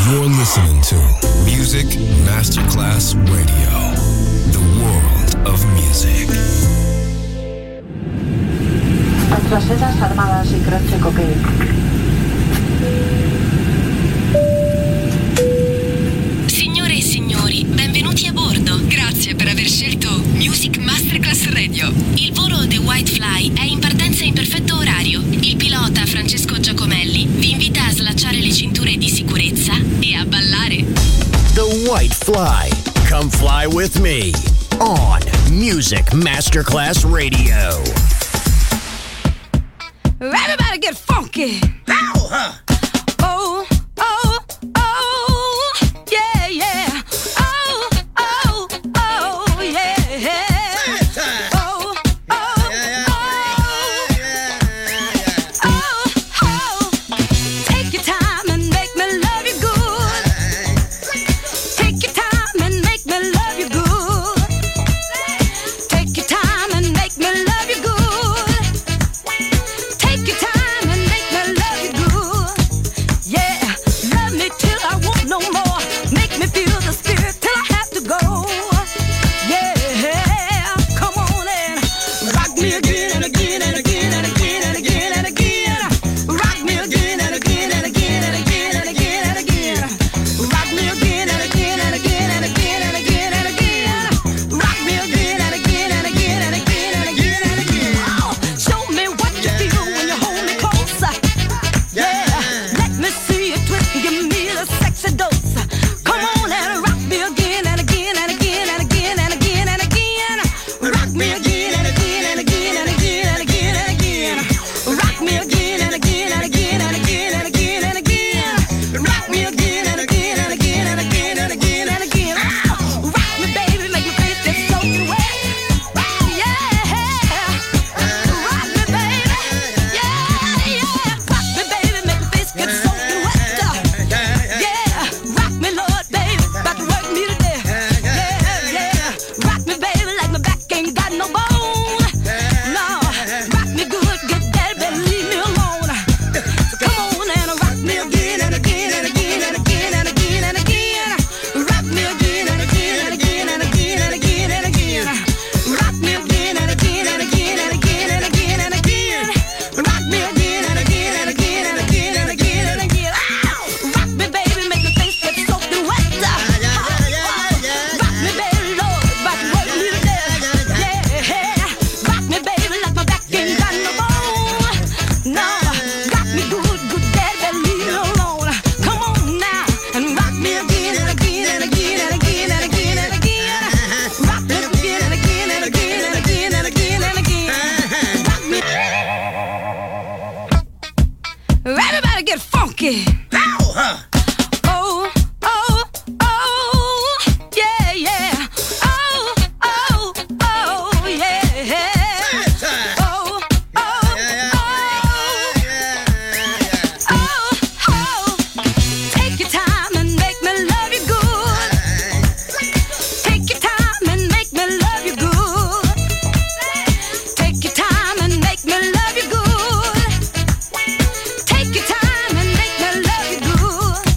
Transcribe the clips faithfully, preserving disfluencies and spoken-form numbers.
You're listening to Music Masterclass Radio, the world of music. Antrasedas armadas y croce cocaine. Signore e signori, benvenuti a bordo. Grazie per aver scelto Music Masterclass Radio. Il volo The White Fly è in partenza in perfetto orario. Il pilota Francesco Giacomelli vi invita a slacciare le cinture di sicurezza e a ballare. The White Fly. Come fly with me on Music Masterclass Radio. Everybody get funky. Ow, huh? Oh, oh, oh, yeah, yeah. Oh, oh, oh, yeah. Oh, oh, oh, oh, oh. Take your time and make me love you good. Take your time and make me love you good. Take your time and make me love you good. Take your time and make me love you good. Yeah, love me till I want no more. Make me feel the spirit till I have to go. Yeah, come on and rock me again and again and again and again and again and again. Rock me again and again and again and again and again and again. Rock me again and again and again and again and again and again. Rock me again and again and again and again and again and again. Oh, show me what you feel when you hold me closer. Yeah, let me see you twist and give me the sexy dose. Come on and rock me again and again and again and again and again and again. Rock me again and again and again and again and again and again. Rock me again and again and again and again and again and again. Rock me again and again and again and again and again and again. Ow! Rock me, baby, make me face this soaking wet. Yeah, rock me, baby. Yeah, yeah. Rock me, baby, make my face get soaking wet. Yeah, rock me, Lord, baby, about to work me to death. Yeah, yeah. Rock me, baby, like my back ain't got no bone. No, rock me good, good daddy, better leave me alone. So come on and rock me again and again and again and again and again and again. Rock me again and again and again and again and again and again. Rock me again and again and again and again and again and again. Rock me again and again and again and again and again and again. Ow! Rock me, baby, make my face get soaking wet. Rock me, baby, Lord, about to work me to death. Yeah, rock me, baby, like my back ain't got no bone. No, rock me good, good daddy, better leave me alone. Come on now and rock me again and again and again and again and again and again. Rock me again and again and again and again and again and again. Rock me. Everybody get funky. Ow, huh? Oh, oh, oh, yeah, yeah. Oh, oh, oh, yeah. Oh, oh, oh, oh, oh. Take your time and make me love you good. Take your time and make me love you good. Take your time and make me love you good. Take your time and make me love you good.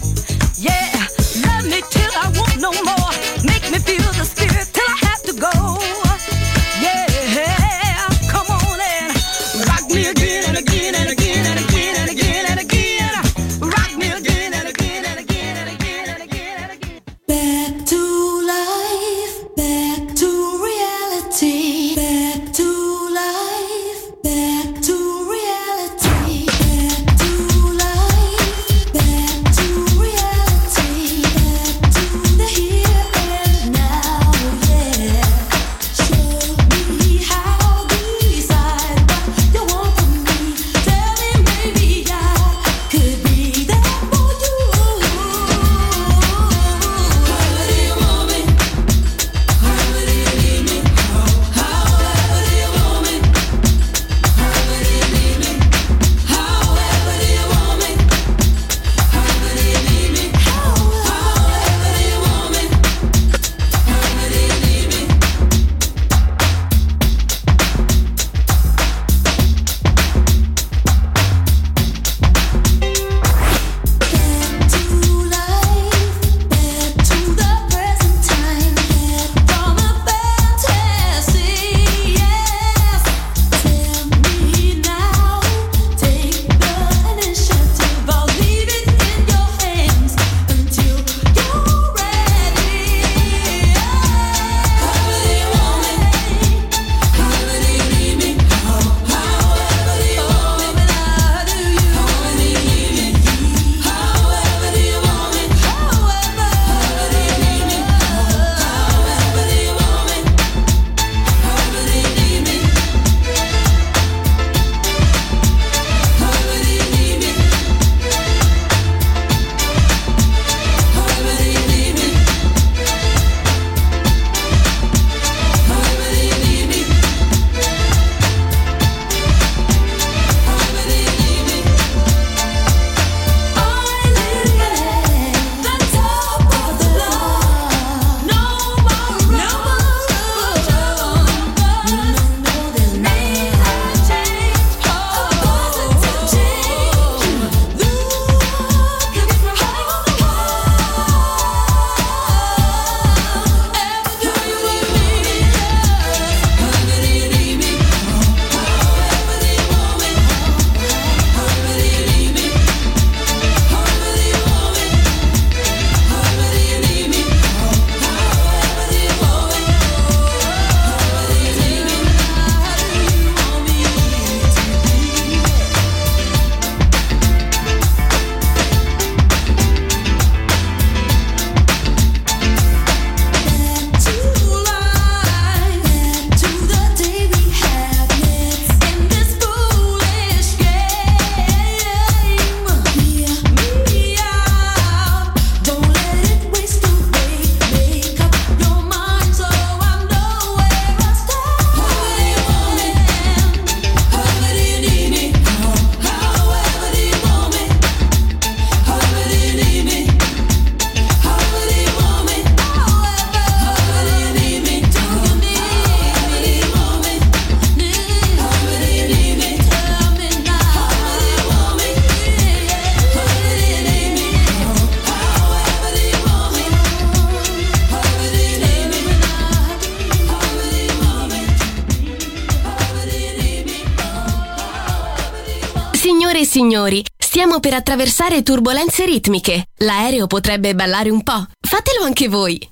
signori, stiamo per attraversare turbolenze ritmiche. L'aereo potrebbe ballare un po'. Fatelo anche voi.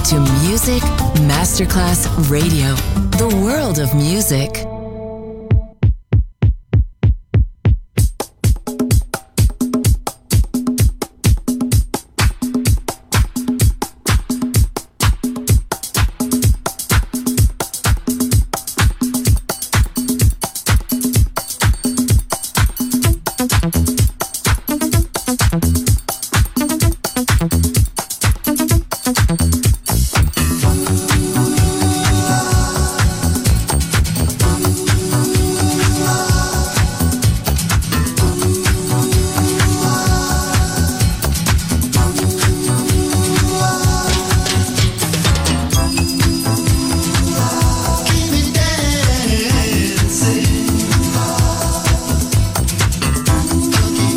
to Music Masterclass Radio, the world of music. Keep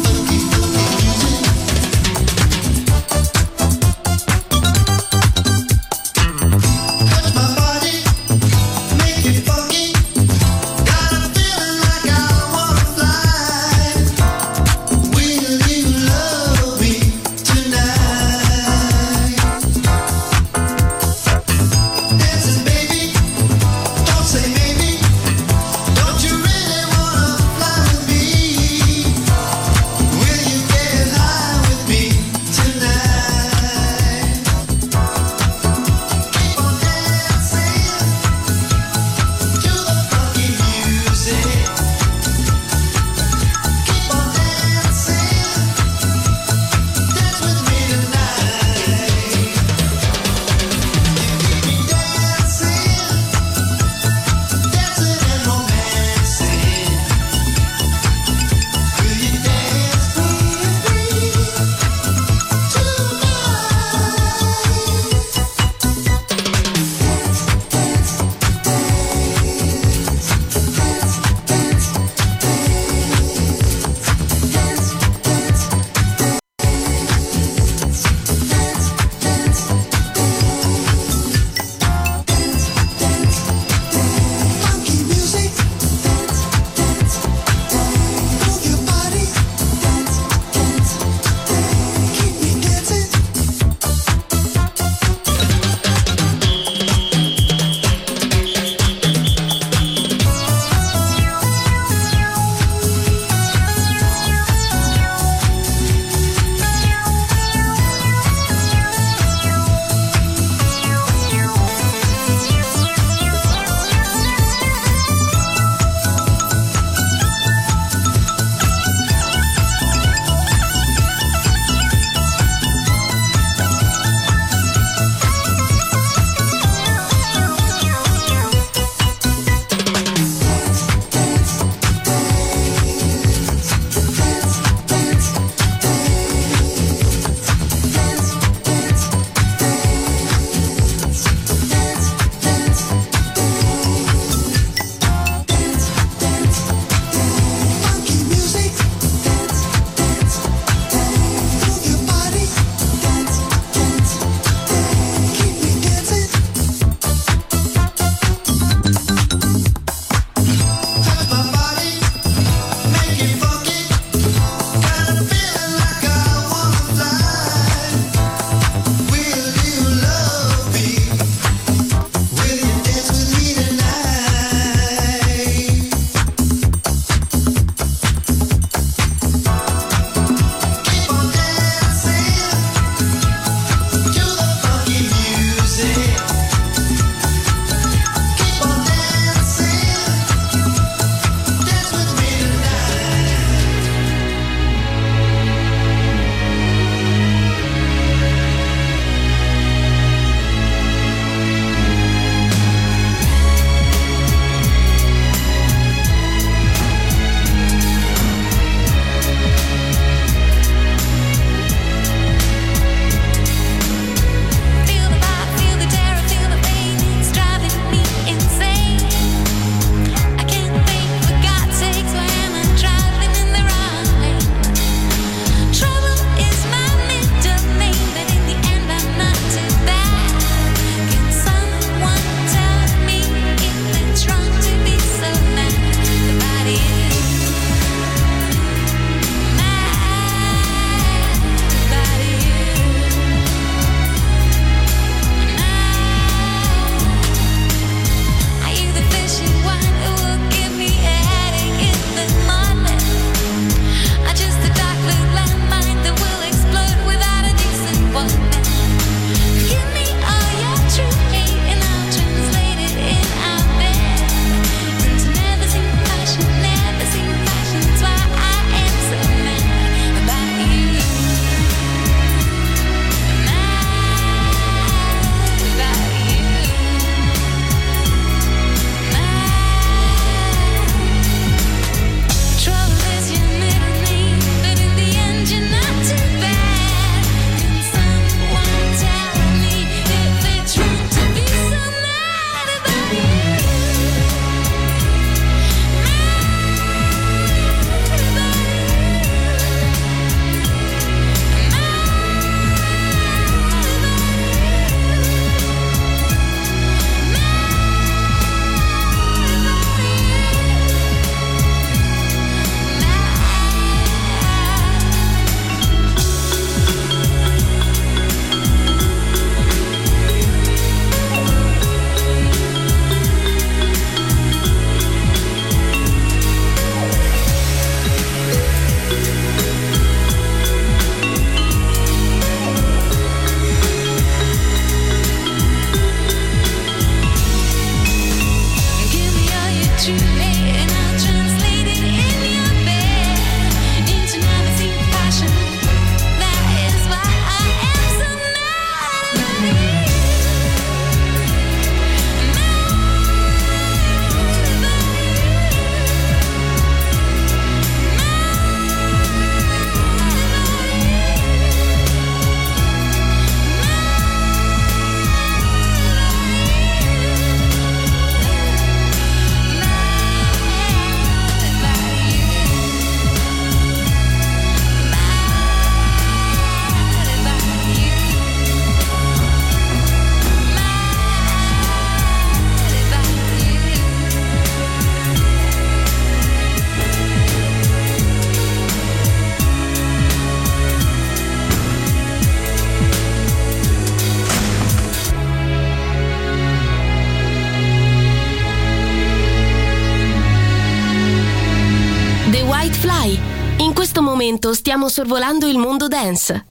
In questo momento stiamo sorvolando il mondo dance.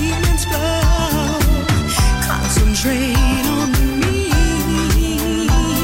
Concentrate on me.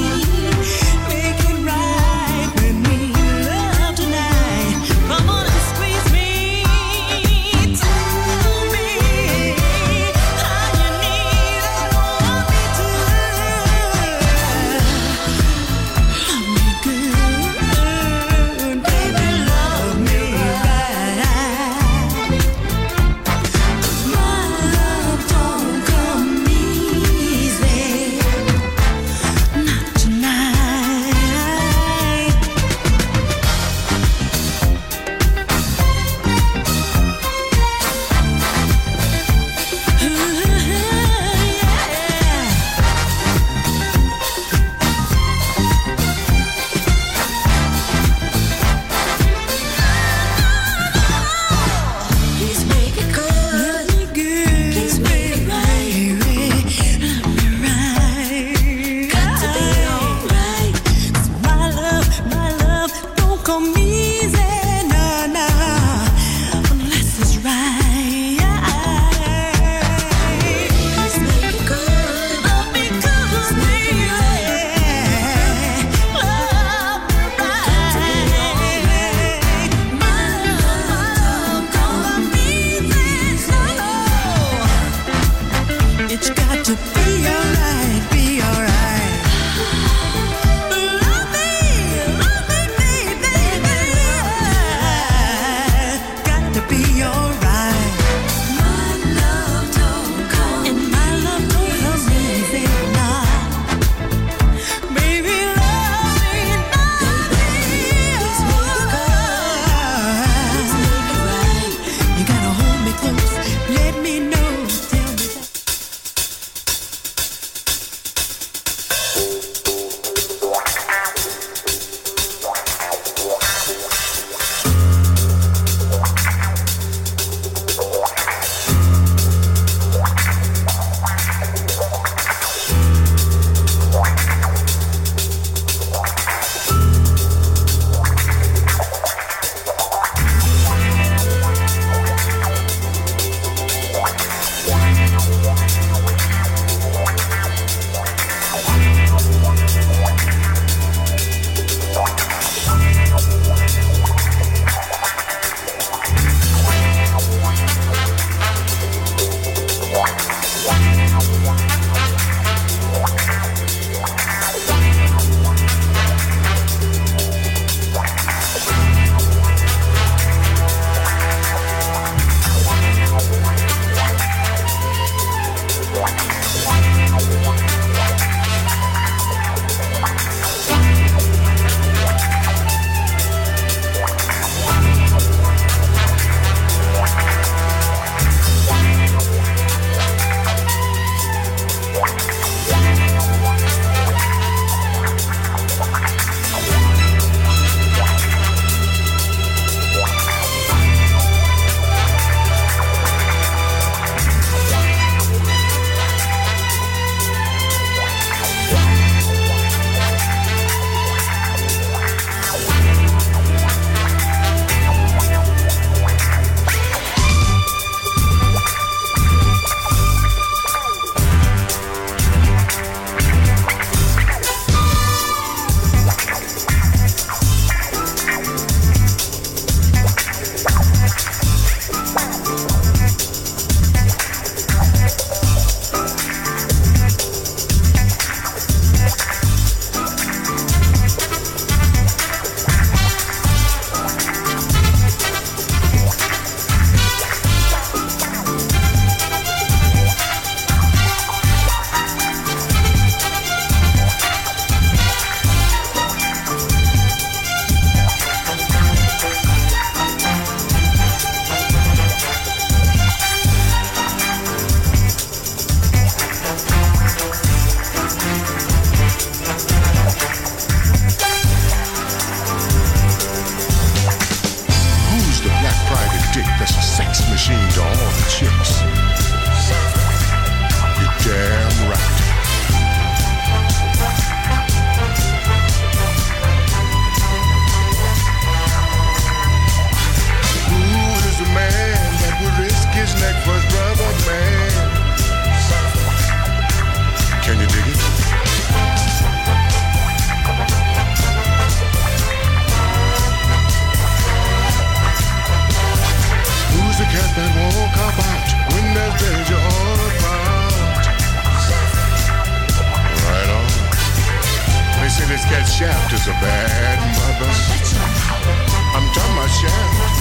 this cat Shaft is a bad mother. I'm talking about Shaft.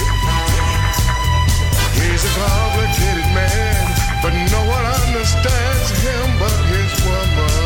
He's a complicated man, but no one understands him but his woman.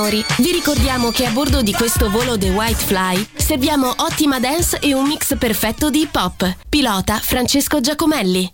signori, vi ricordiamo che a bordo di questo volo The White Fly serviamo ottima dance e un mix perfetto di hip hop. Pilota Francesco Giacomelli.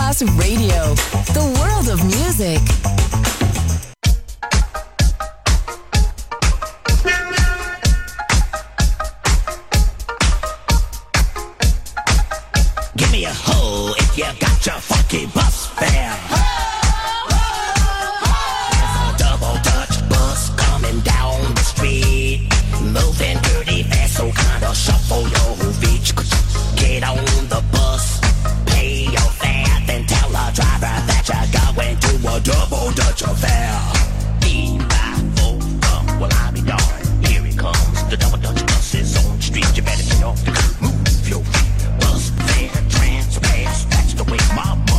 Masterclass Radio, the world of music. Give me a hoe if you got your funky bus fare. There's a double Dutch bus coming down the street, moving pretty fast, so kinda shuffle your feet. Get on the bus, pay your fare, then tell the driver that you're going to a double Dutch affair. E five four come, well I be darned, here it comes. The double Dutch bus is on the street, you better get off the curb, move your feet. Bus fare, transpass, that's the way my money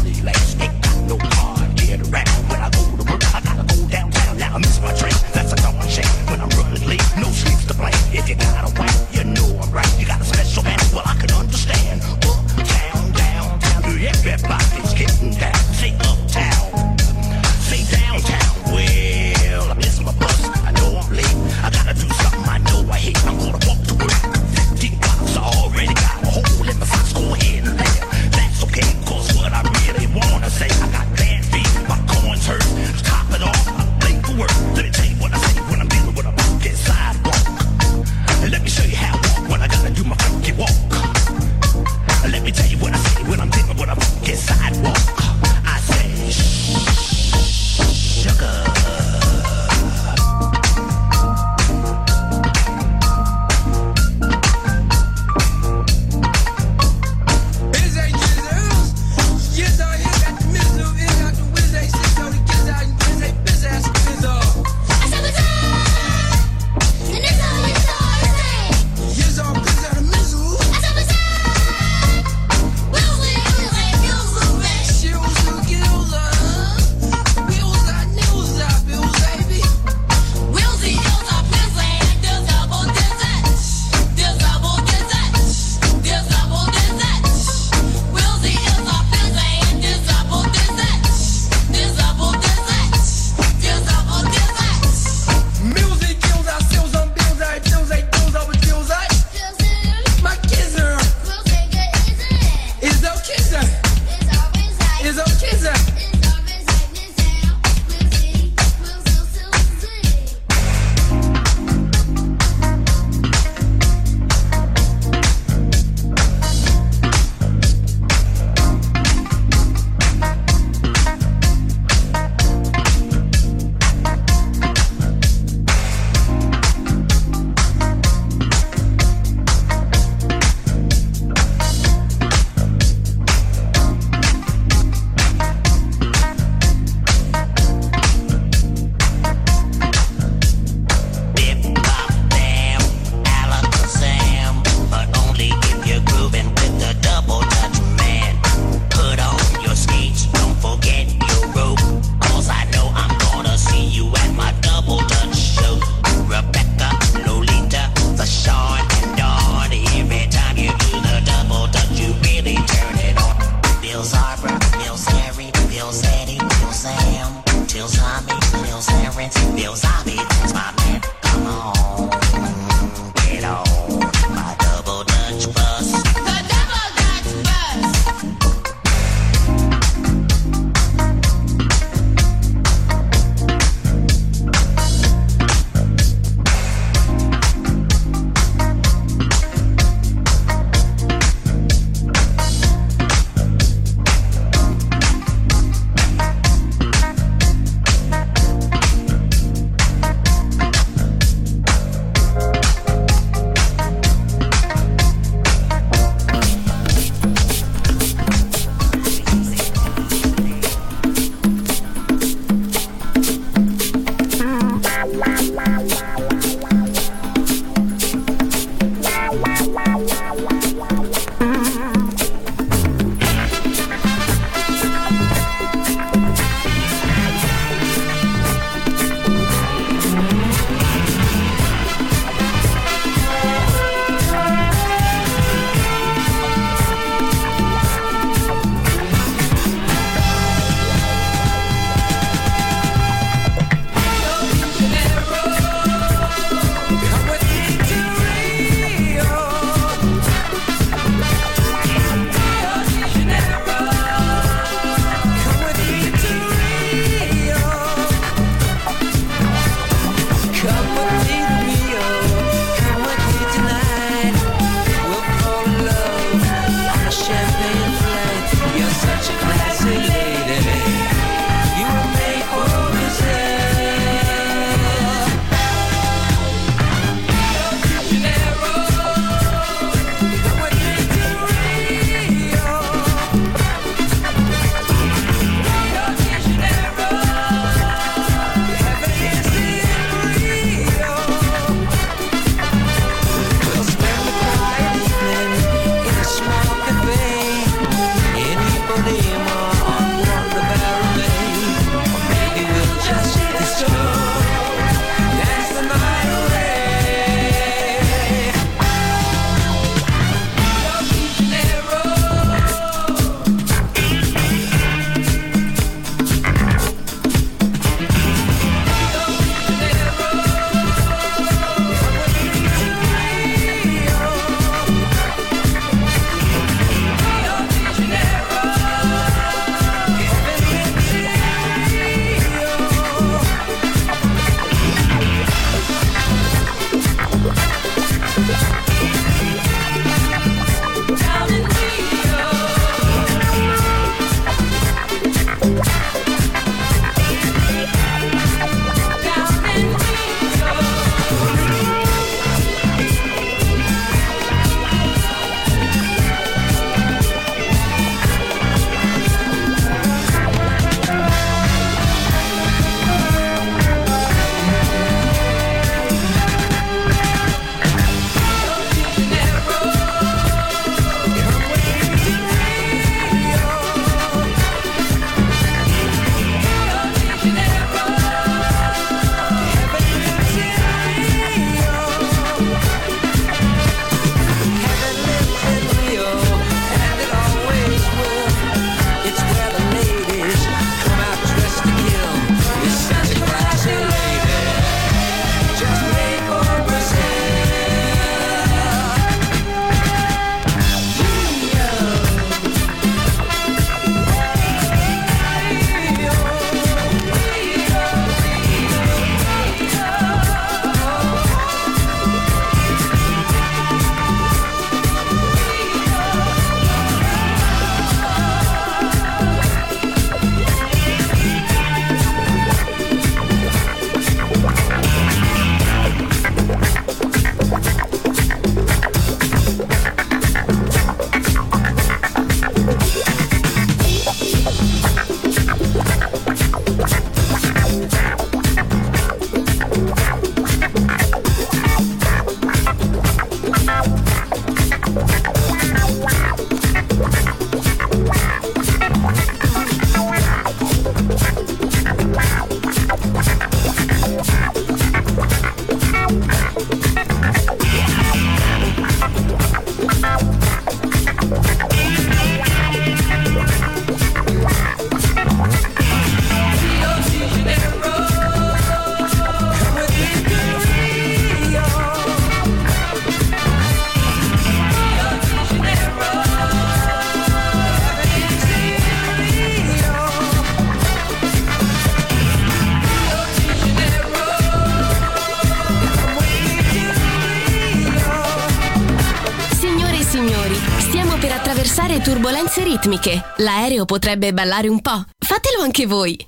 provare turbolenze ritmiche. L'aereo potrebbe ballare un po'. Fatelo anche voi.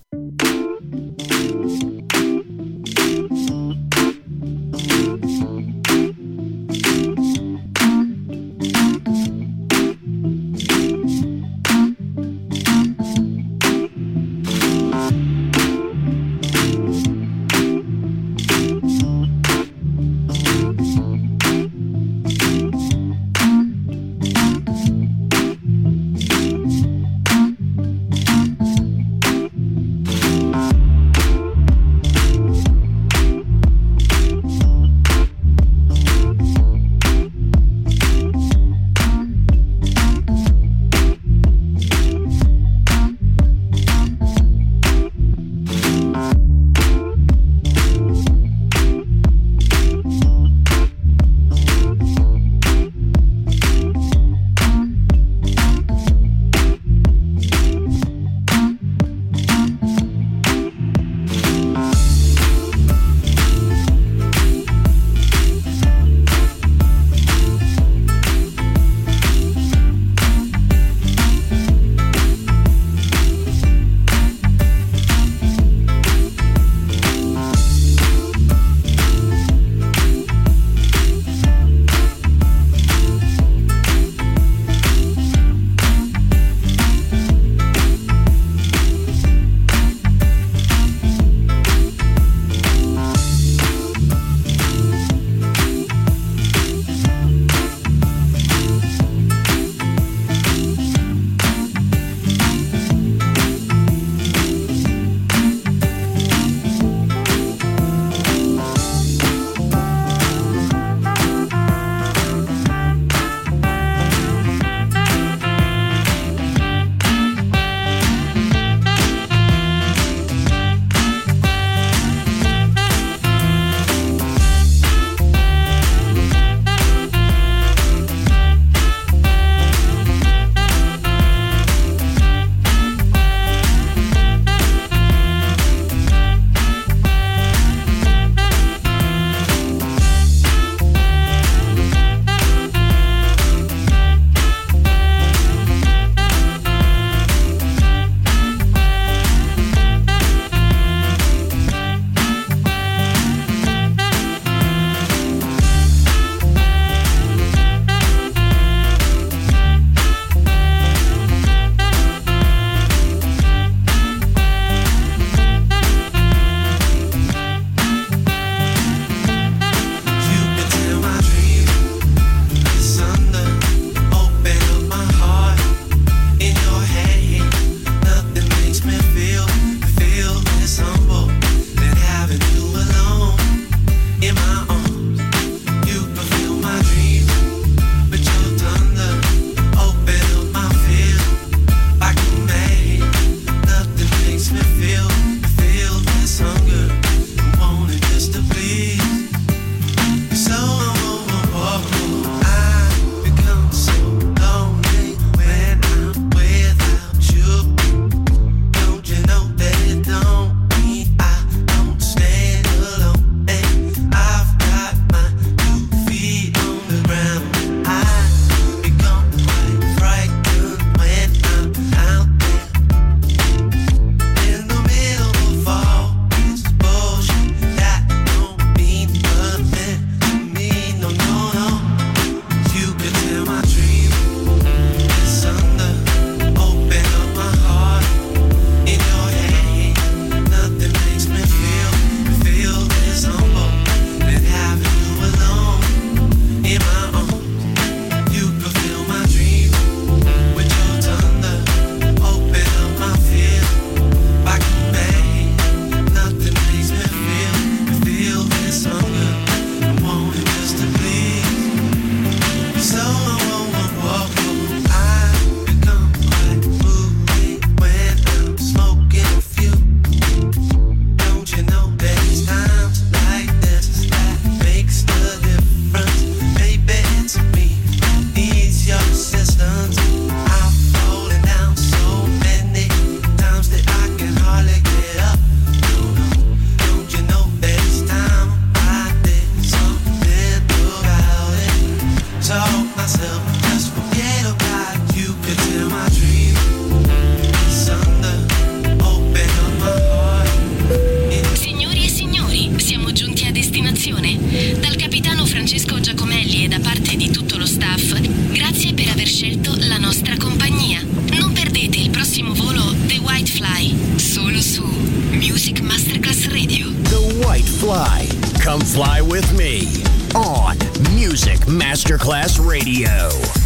mogli e da parte di tutto lo staff, grazie per aver scelto la nostra compagnia. Non perdete il prossimo volo The White Fly, solo su Music Masterclass Radio. The White Fly. Come fly with me on Music Masterclass Radio.